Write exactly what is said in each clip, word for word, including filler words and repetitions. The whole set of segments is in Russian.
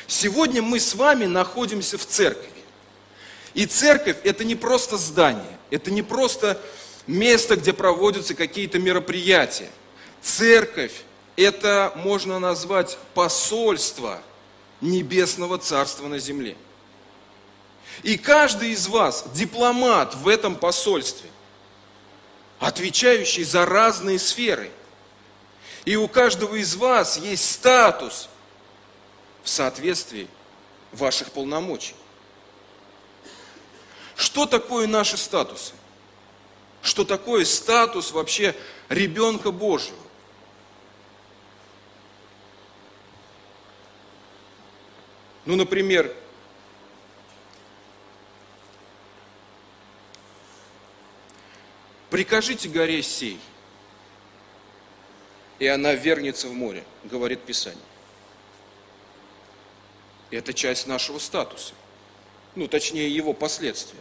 Сегодня мы с вами находимся в церкви. И церковь – это не просто здание, это не просто место, где проводятся какие-то мероприятия. Церковь – это можно назвать посольство Небесного Царства на земле. И каждый из вас дипломат в этом посольстве, отвечающий за разные сферы. И у каждого из вас есть статус в соответствии ваших полномочий. Что такое наши статусы? Что такое статус вообще ребенка Божьего? Ну, например, прикажите горе сей, и она вернется в море, говорит Писание. Это часть нашего статуса, ну, точнее, его последствия.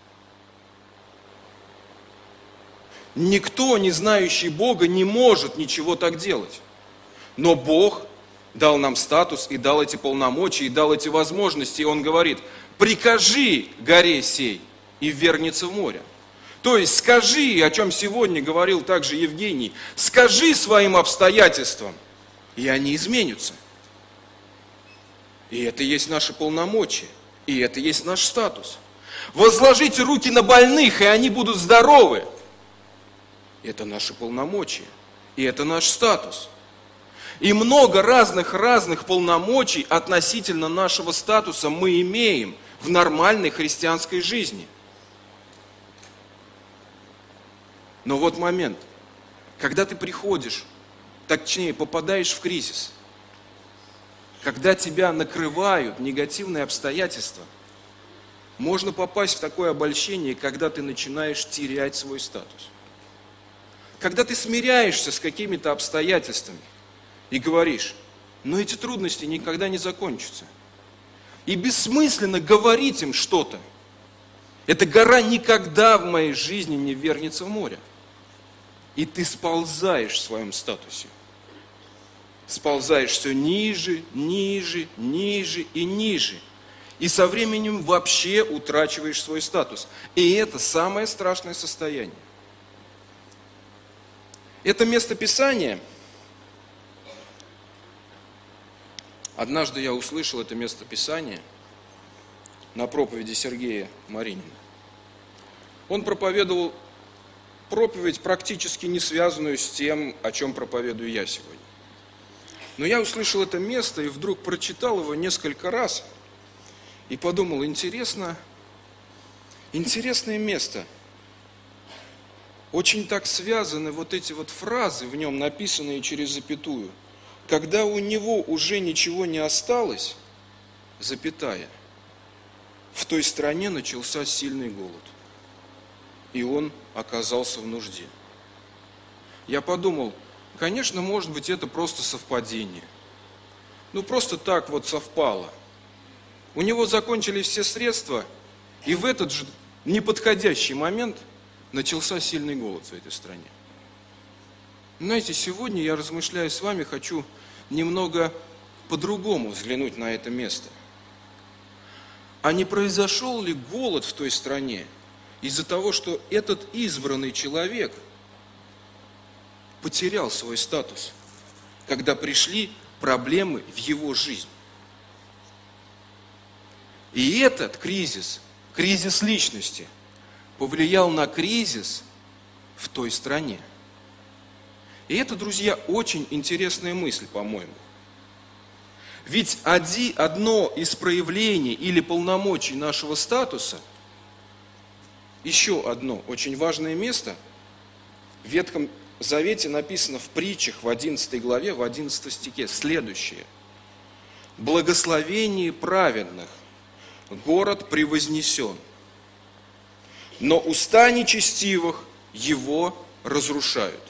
Никто, не знающий Бога, не может ничего так делать. Но Бог дал нам статус и дал эти полномочия, и дал эти возможности. И Он говорит: прикажи горе сей, и вернется в море. То есть скажи, о чем сегодня говорил также Евгений, скажи своим обстоятельствам, и они изменятся. И это есть наши полномочия, и это есть наш статус. Возложите руки на больных, и они будут здоровы. Это наши полномочия, и это наш статус. И много разных-разных полномочий относительно нашего статуса мы имеем в нормальной христианской жизни. Но вот момент, когда ты приходишь, точнее попадаешь в кризис, когда тебя накрывают негативные обстоятельства, можно попасть в такое обольщение, когда ты начинаешь терять свой статус. Когда ты смиряешься с какими-то обстоятельствами и говоришь: но эти трудности никогда не закончатся. И бессмысленно говорить им что-то. Эта гора никогда в моей жизни не вернется в море. И ты сползаешь в своем статусе. Сползаешь все ниже, ниже, ниже и ниже. И со временем вообще утрачиваешь свой статус. И это самое страшное состояние. Это местописание, однажды я услышал это местописание на проповеди Сергея Маринина. Он проповедовал проповедь, практически не связанную с тем, о чем проповедую я сегодня. Но я услышал это место и вдруг прочитал его несколько раз и подумал: интересно, интересное место. Очень так связаны вот эти вот фразы в нем, написанные через запятую. Когда у него уже ничего не осталось, запятая, в той стране начался сильный голод. И он оказался в нужде. Я подумал, конечно, может быть, это просто совпадение. Ну, просто так вот совпало. У него закончились все средства, и в этот же неподходящий момент начался сильный голод в этой стране. Знаете, сегодня я, размышляя с вами, хочу немного по-другому взглянуть на это место. А не произошел ли голод в той стране из-за того, что этот избранный человек потерял свой статус, когда пришли проблемы в его жизнь? И этот кризис, кризис личности, повлиял на кризис в той стране. И это, друзья, очень интересная мысль, по-моему. Ведь оди, одно из проявлений или полномочий нашего статуса, еще одно очень важное место, в Ветхом Завете написано в притчах в одиннадцатой главе, в одиннадцатом стихе, следующее. «Благословение праведных, город превознесен, но уста нечестивых его разрушают».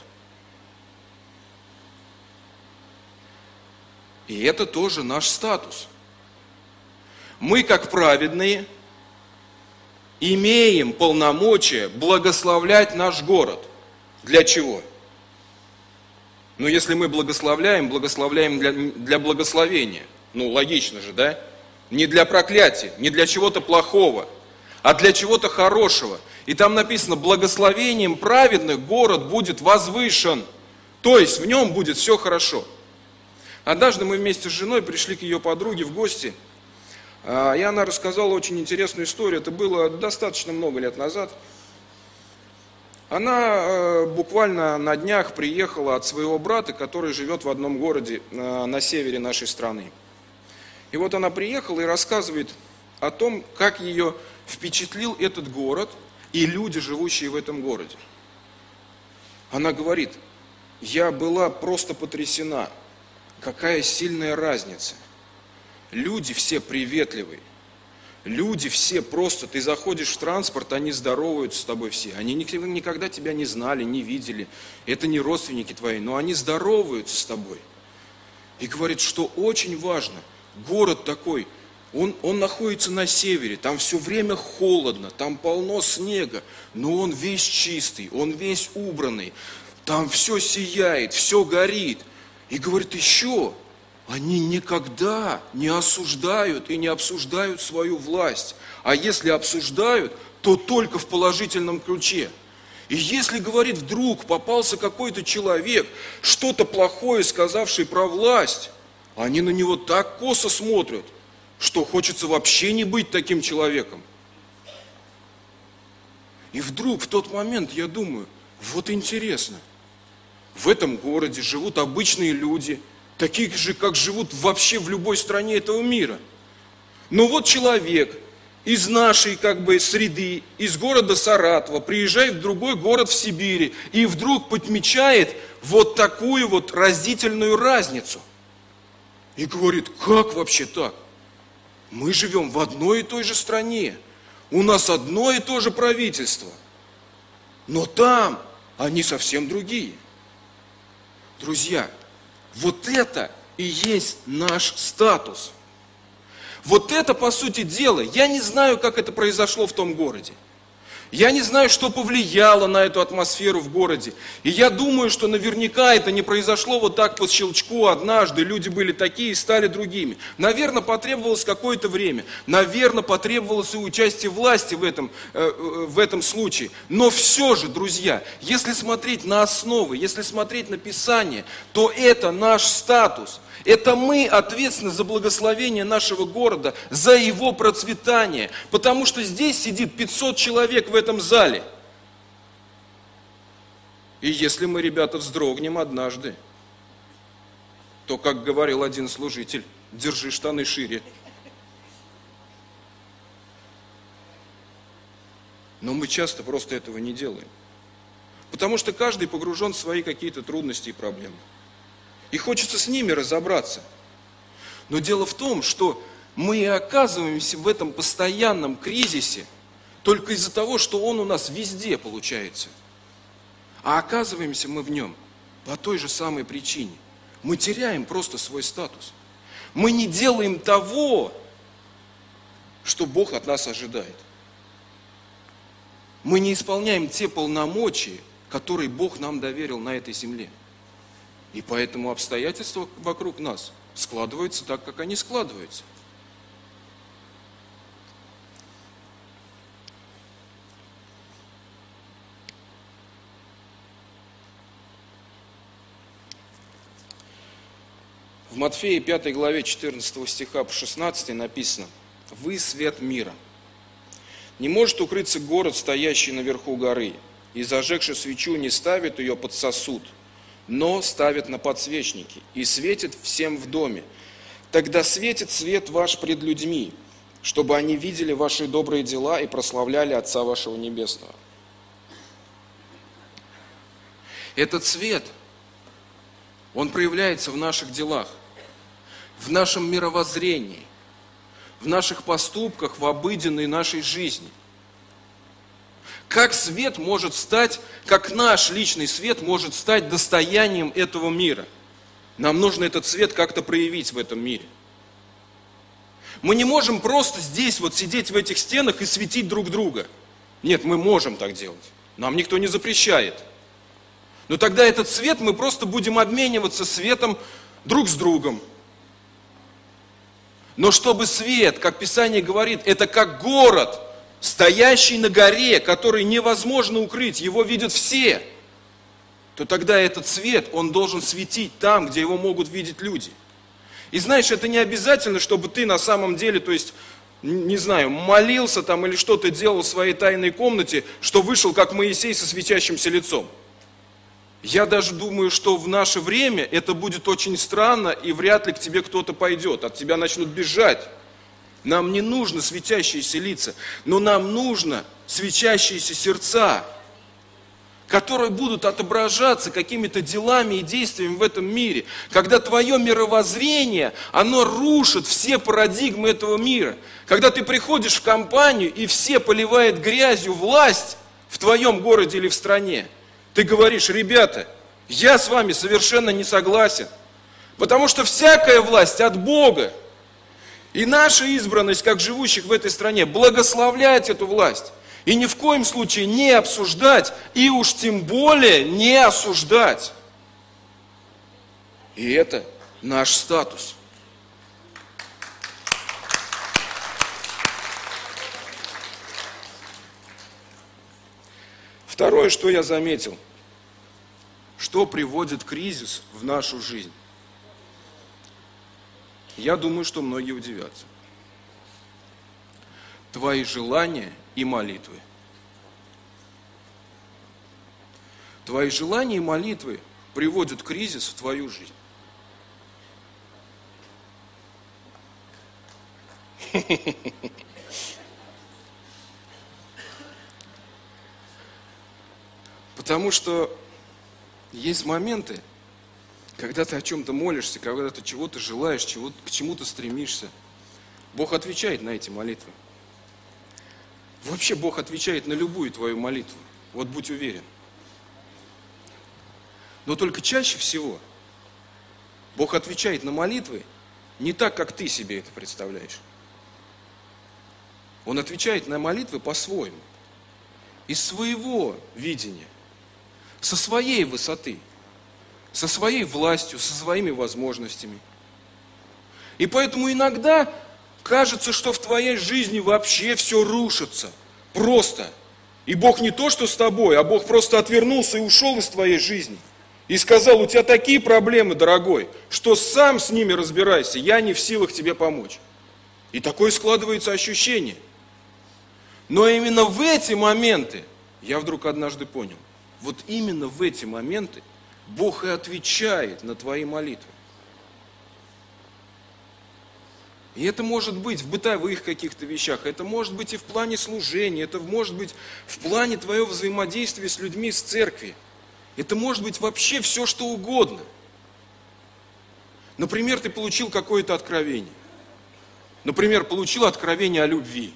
И это тоже наш статус. Мы, как праведные, имеем полномочия благословлять наш город. Для чего? Ну, если мы благословляем, благословляем для, для благословения. Ну, логично же, да? Не для проклятия, не для чего-то плохого, а для чего-то хорошего. И там написано, благословением праведных город будет возвышен. То есть в нем будет все хорошо. Однажды мы вместе с женой пришли к ее подруге в гости, и она рассказала очень интересную историю. Это было достаточно много лет назад. Она буквально на днях приехала от своего брата, который живет в одном городе на севере нашей страны. И вот она приехала и рассказывает о том, как ее впечатлил этот город и люди, живущие в этом городе. Она говорит, я была просто потрясена, какая сильная разница. Люди все приветливые, люди все просто, ты заходишь в транспорт, они здороваются с тобой все, они никогда тебя не знали, не видели, это не родственники твои, но они здороваются с тобой. И говорит, что очень важно, город такой, он, он находится на севере, там все время холодно, там полно снега, но он весь чистый, он весь убранный, там все сияет, все горит. И говорит, еще, они никогда не осуждают и не обсуждают свою власть. А если обсуждают, то только в положительном ключе. И если, говорит, вдруг попался какой-то человек, что-то плохое сказавший про власть, они на него так косо смотрят, что хочется вообще не быть таким человеком. И вдруг в тот момент я думаю, вот интересно, в этом городе живут обычные люди, такие же, как живут вообще в любой стране этого мира. Но вот человек из нашей как бы среды, из города Саратова, приезжает в другой город в Сибири и вдруг подмечает вот такую вот разительную разницу. И говорит, как вообще так? Мы живем в одной и той же стране, у нас одно и то же правительство, но там они совсем другие. Друзья, вот это и есть наш статус. Вот это, по сути дела, я не знаю, как это произошло в том городе. Я не знаю, что повлияло на эту атмосферу в городе. И я думаю, что наверняка это не произошло вот так по щелчку однажды. Люди были такие и стали другими. Наверное, потребовалось какое-то время. Наверное, потребовалось и участие власти в этом, э, в этом случае. Но все же, друзья, если смотреть на основы, если смотреть на Писание, то это наш статус. Это мы ответственны за благословение нашего города, за его процветание. Потому что здесь сидит пятьсот человек в этом зале. И если мы, ребята, вздрогнем однажды, то, как говорил один служитель, держи штаны шире. Но мы часто просто этого не делаем. Потому что каждый погружен в свои какие-то трудности и проблемы. И хочется с ними разобраться. Но дело в том, что мы и оказываемся в этом постоянном кризисе только из-за того, что он у нас везде получается. А оказываемся мы в нем по той же самой причине. Мы теряем просто свой статус. Мы не делаем того, что Бог от нас ожидает. Мы не исполняем те полномочия, которые Бог нам доверил на этой земле. И поэтому обстоятельства вокруг нас складываются так, как они складываются. В Матфея пятой главе четырнадцатого стиха по шестнадцатый написано: «Вы свет мира. Не может укрыться город, стоящий наверху горы, и, зажегши свечу, не ставит ее под сосуд, но ставит на подсвечники, и светит всем в доме. Тогда светит свет ваш пред людьми, чтобы они видели ваши добрые дела и прославляли Отца вашего Небесного». Этот свет, он проявляется в наших делах, в нашем мировоззрении, в наших поступках, в обыденной нашей жизни. Как свет может стать, как наш личный свет может стать достоянием этого мира? Нам нужно этот свет как-то проявить в этом мире. Мы не можем просто здесь вот сидеть в этих стенах и светить друг друга. Нет, мы можем так делать. Нам никто не запрещает. Но тогда этот свет мы просто будем обмениваться светом друг с другом. Но чтобы свет, как Писание говорит, это как город, стоящий на горе, который невозможно укрыть, его видят все, то тогда этот свет, он должен светить там, где его могут видеть люди. И знаешь, это не обязательно, чтобы ты на самом деле, то есть, не знаю, молился там или что-то делал в своей тайной комнате, что вышел как Моисей со светящимся лицом. Я даже думаю, что в наше время это будет очень странно, и вряд ли к тебе кто-то пойдет, от тебя начнут бежать. Нам не нужно светящиеся лица, но нам нужно светящиеся сердца, которые будут отображаться какими-то делами и действиями в этом мире. Когда твое мировоззрение, оно рушит все парадигмы этого мира. Когда ты приходишь в компанию, и все поливают грязью власть в твоем городе или в стране, ты говоришь: ребята, я с вами совершенно не согласен, потому что всякая власть от Бога. И наша избранность, как живущих в этой стране, благословлять эту власть. И ни в коем случае не обсуждать, и уж тем более не осуждать. И это наш статус. Второе, что я заметил, что приводит кризис в нашу жизнь. Я думаю, что многие удивятся. Твои желания и молитвы. Твои желания и молитвы приводят кризис в твою жизнь. Потому что есть моменты, когда ты о чем-то молишься, когда ты чего-то желаешь, чего, к чему-то стремишься. Бог отвечает на эти молитвы. Вообще Бог отвечает на любую твою молитву. Вот будь уверен. Но только чаще всего Бог отвечает на молитвы не так, как ты себе это представляешь. Он отвечает на молитвы по-своему. Из своего видения. Со своей высоты. Со своей властью, со своими возможностями. И поэтому иногда кажется, что в твоей жизни вообще все рушится. Просто. И Бог не то, что с тобой, а Бог просто отвернулся и ушел из твоей жизни. И сказал: у тебя такие проблемы, дорогой, что сам с ними разбирайся, я не в силах тебе помочь. И такое складывается ощущение. Но именно в эти моменты, я вдруг однажды понял, вот именно в эти моменты Бог и отвечает на твои молитвы. И это может быть в бытовых каких-то вещах, это может быть и в плане служения, это может быть в плане твоего взаимодействия с людьми, с церкви. Это может быть вообще все, что угодно. Например, ты получил какое-то откровение. Например, получил откровение о любви.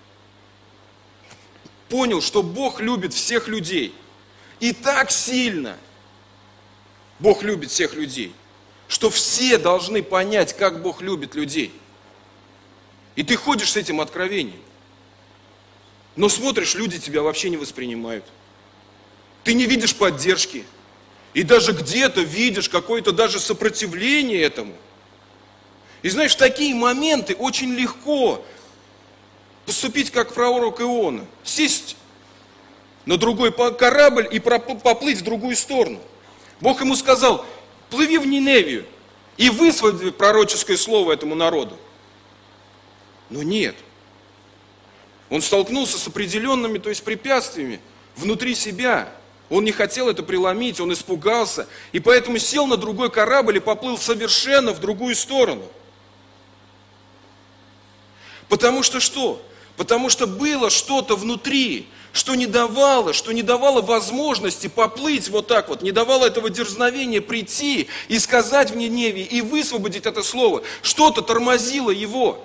Понял, что Бог любит всех людей. И так сильно Бог любит всех людей, что все должны понять, как Бог любит людей. И ты ходишь с этим откровением. Но смотришь, люди тебя вообще не воспринимают. Ты не видишь поддержки. И даже где-то видишь какое-то даже сопротивление этому. И знаешь, в такие моменты очень легко поступить как пророк Иона. Сесть на другой корабль и поплыть в другую сторону. Бог ему сказал: плыви в Ниневию и высвободи пророческое слово этому народу. Но нет. Он столкнулся с определенными, то есть препятствиями внутри себя. Он не хотел это преломить, он испугался. И поэтому сел на другой корабль и поплыл совершенно в другую сторону. Потому что что? Потому что было что-то внутри, что не давало, что не давало возможности поплыть вот так вот, не давало этого дерзновения прийти и сказать в Ниневии, и высвободить это слово. Что-то тормозило его.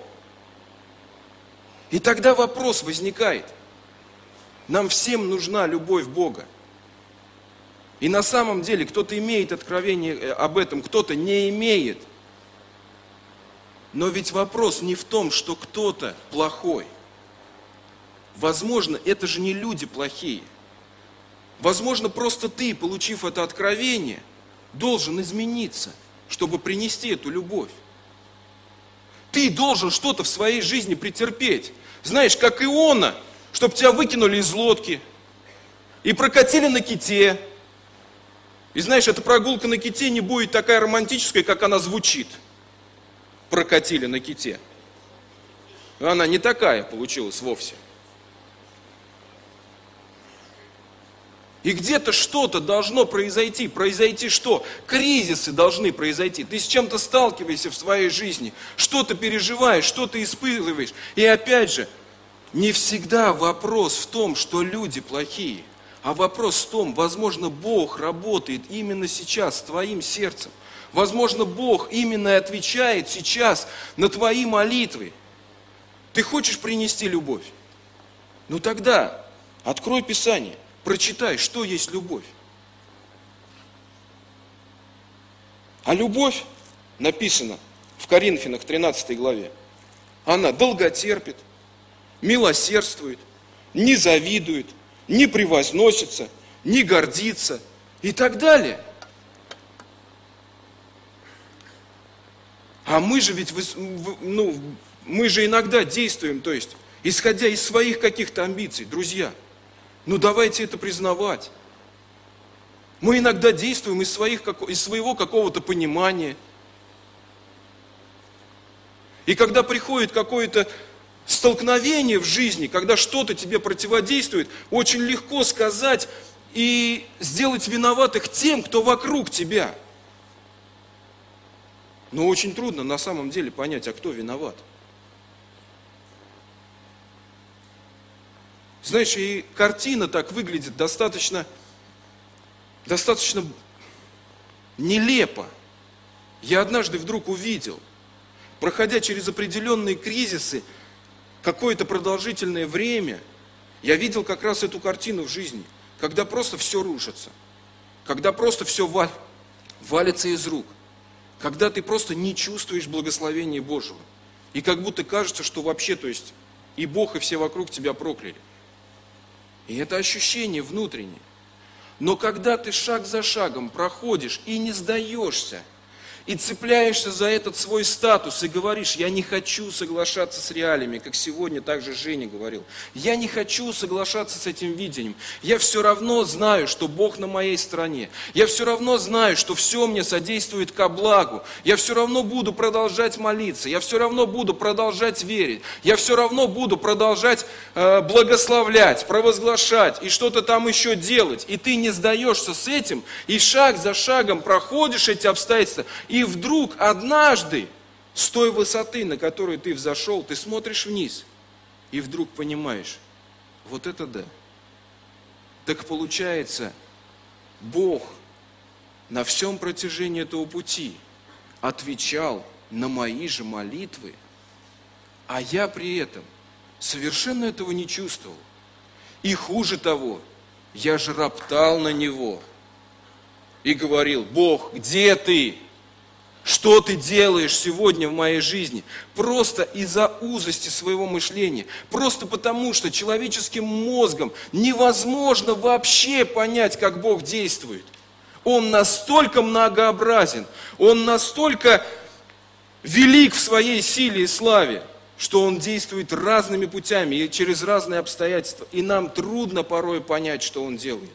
И тогда вопрос возникает. Нам всем нужна любовь Бога. И на самом деле кто-то имеет откровение об этом, кто-то не имеет. Но ведь вопрос не в том, что кто-то плохой. Возможно, это же не люди плохие. Возможно, просто ты, получив это откровение, должен измениться, чтобы принести эту любовь. Ты должен что-то в своей жизни претерпеть. Знаешь, как Иона, чтобы тебя выкинули из лодки и прокатили на ките. И знаешь, эта прогулка на ките не будет такая романтическая, как она звучит. Прокатили на ките. Она не такая получилась вовсе. И где-то что-то должно произойти. Произойти что? Кризисы должны произойти. Ты с чем-то сталкиваешься в своей жизни. Что-то переживаешь, что-то испытываешь. И опять же, не всегда вопрос в том, что люди плохие. А вопрос в том, возможно, Бог работает именно сейчас с твоим сердцем. Возможно, Бог именно и отвечает сейчас на твои молитвы. Ты хочешь принести любовь? Ну тогда открой Писание. Прочитай, что есть любовь. А любовь, написано в Коринфянах тринадцатой главе, она долготерпит, милосердствует, не завидует, не превозносится, не гордится и так далее. А мы же ведь, ну, мы же иногда действуем, то есть, исходя из своих каких-то амбиций, друзья. Ну давайте это признавать. Мы иногда действуем из, своих, из своего какого-то понимания. И когда приходит какое-то столкновение в жизни, когда что-то тебе противодействует, очень легко сказать и сделать виноватых тем, кто вокруг тебя. Но очень трудно на самом деле понять, а кто виноват. Знаешь, и картина так выглядит достаточно, достаточно нелепо. Я однажды вдруг увидел, проходя через определенные кризисы, какое-то продолжительное время, я видел как раз эту картину в жизни, когда просто все рушится, когда просто все валь, валится из рук, когда ты просто не чувствуешь благословения Божьего. И как будто кажется, что вообще, то есть, и Бог, и все вокруг тебя прокляли. И это ощущение внутреннее. Но когда ты шаг за шагом проходишь и не сдаешься, и цепляешься за этот свой статус, и говоришь, я не хочу соглашаться с реалиями, как сегодня также Женя говорил. Я не хочу соглашаться с этим видением. Я все равно знаю, что Бог на моей стороне. Я все равно знаю, что все мне содействует ко благу. Я все равно буду продолжать молиться. Я все равно буду продолжать верить. Я все равно буду продолжать э, благословлять, провозглашать и что-то там еще делать. И ты не сдаешься с этим, и шаг за шагом проходишь эти обстоятельства. И вдруг однажды, с той высоты, на которую ты взошел, ты смотришь вниз, и вдруг понимаешь, вот это да. Так получается, Бог на всем протяжении этого пути отвечал на мои же молитвы, а я при этом совершенно этого не чувствовал. И хуже того, я же роптал на Него и говорил, Бог, где ты? Что ты делаешь сегодня в моей жизни? Просто из-за узости своего мышления. Просто потому, что человеческим мозгом невозможно вообще понять, как Бог действует. Он настолько многообразен, Он настолько велик в своей силе и славе, что Он действует разными путями и через разные обстоятельства. И нам трудно порой понять, что Он делает.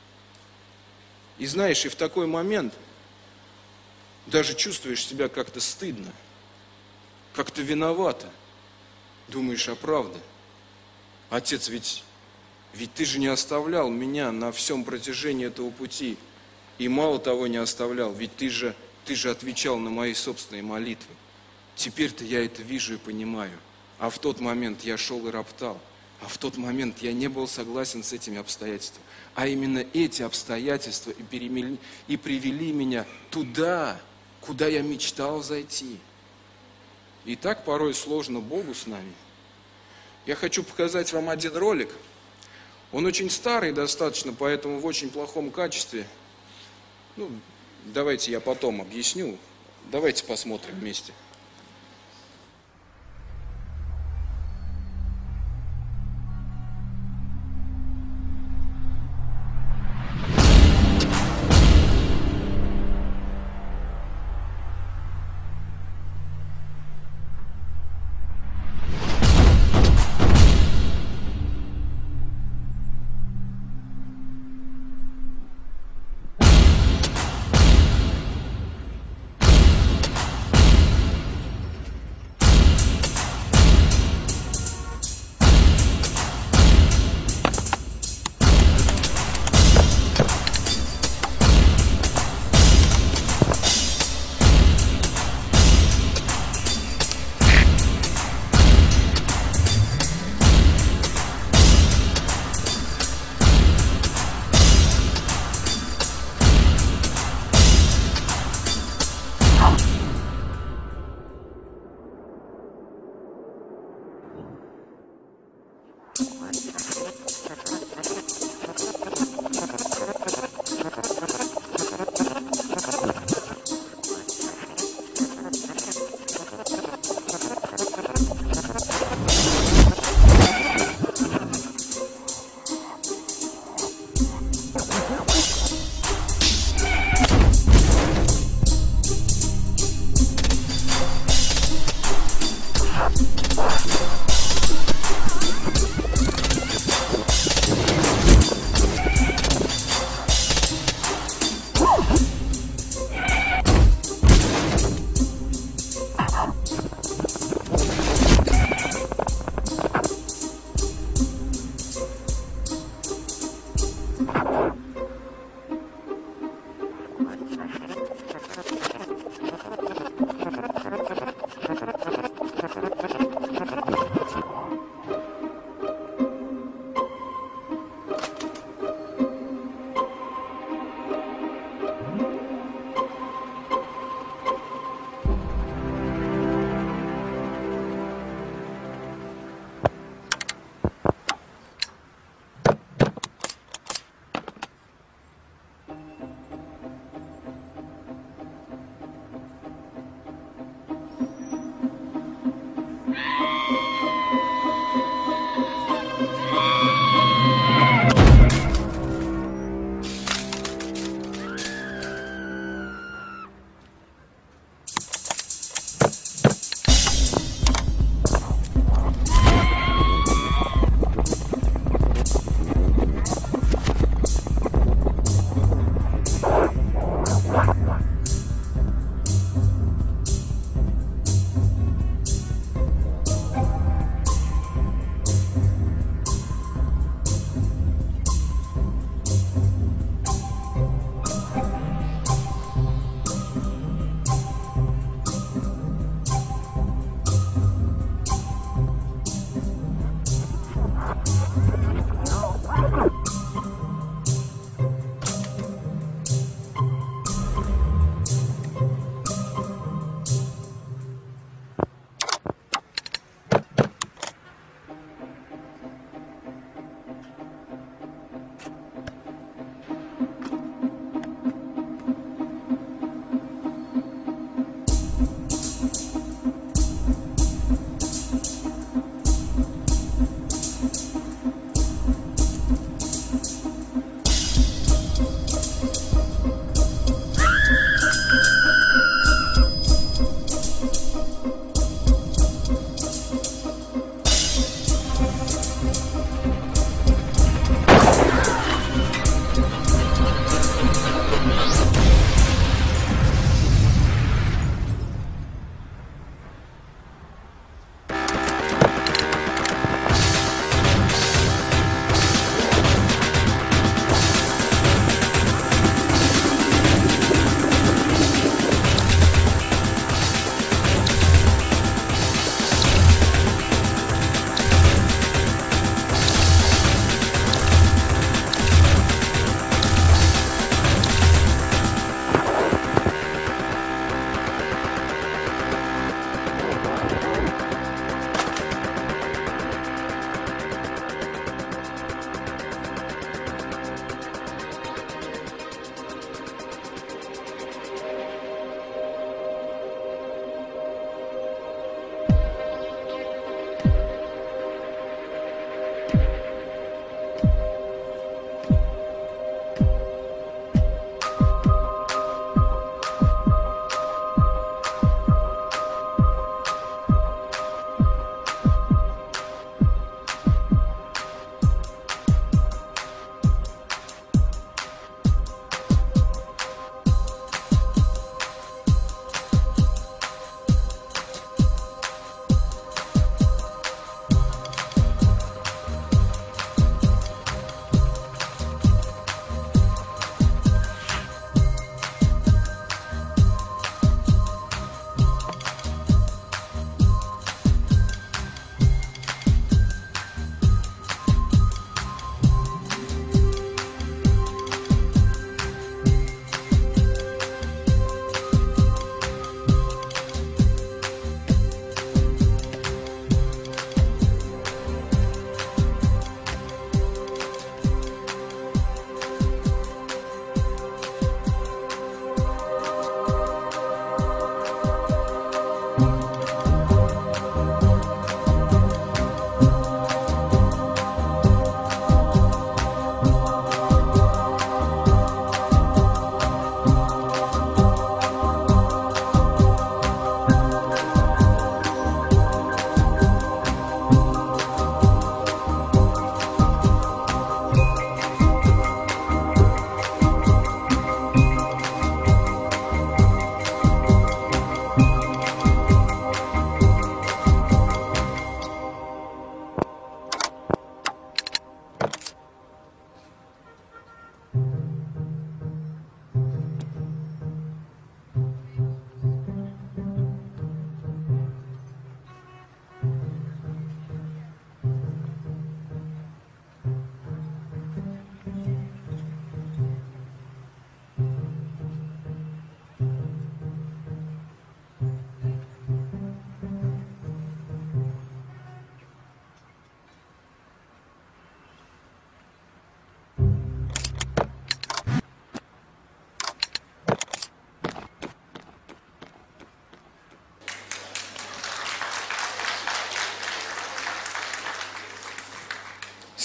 И знаешь, и в такой момент даже чувствуешь себя как-то стыдно, как-то виновато. Думаешь, а правда? Отец, ведь, ведь ты же не оставлял меня на всем протяжении этого пути. И мало того не оставлял, ведь ты же, ты же отвечал на мои собственные молитвы. Теперь-то я это вижу и понимаю. А в тот момент я шел и роптал. А в тот момент я не был согласен с этими обстоятельствами. А именно эти обстоятельства и, перемели, и привели меня туда, куда я мечтал зайти. И так порой сложно Богу с нами. Я хочу показать вам один ролик. Он очень старый достаточно, поэтому в очень плохом качестве. Ну, давайте я потом объясню. Давайте посмотрим вместе. Thank you.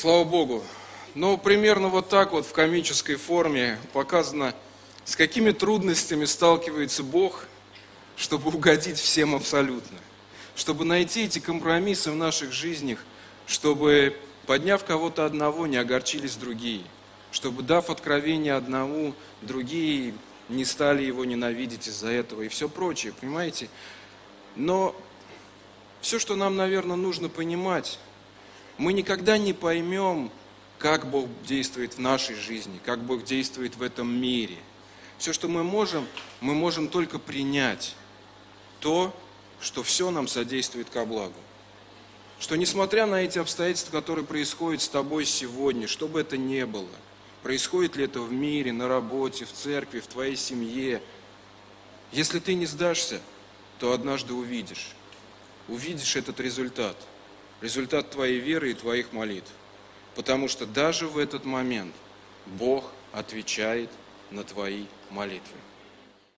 Слава Богу. Но примерно вот так вот в комической форме показано, с какими трудностями сталкивается Бог, чтобы угодить всем абсолютно. Чтобы найти эти компромиссы в наших жизнях, чтобы, подняв кого-то одного, не огорчились другие. Чтобы, дав откровение одному, другие не стали его ненавидеть из-за этого и все прочее, понимаете? Но все, что нам, наверное, нужно понимать, мы никогда не поймем, как Бог действует в нашей жизни, как Бог действует в этом мире. Все, что мы можем, мы можем только принять то, что все нам содействует ко благу. Что несмотря на эти обстоятельства, которые происходят с тобой сегодня, что бы это ни было, происходит ли это в мире, на работе, в церкви, в твоей семье, если ты не сдашься, то однажды увидишь. Увидишь этот результат. Результат твоей веры и твоих молитв. Потому что даже в этот момент Бог отвечает на твои молитвы.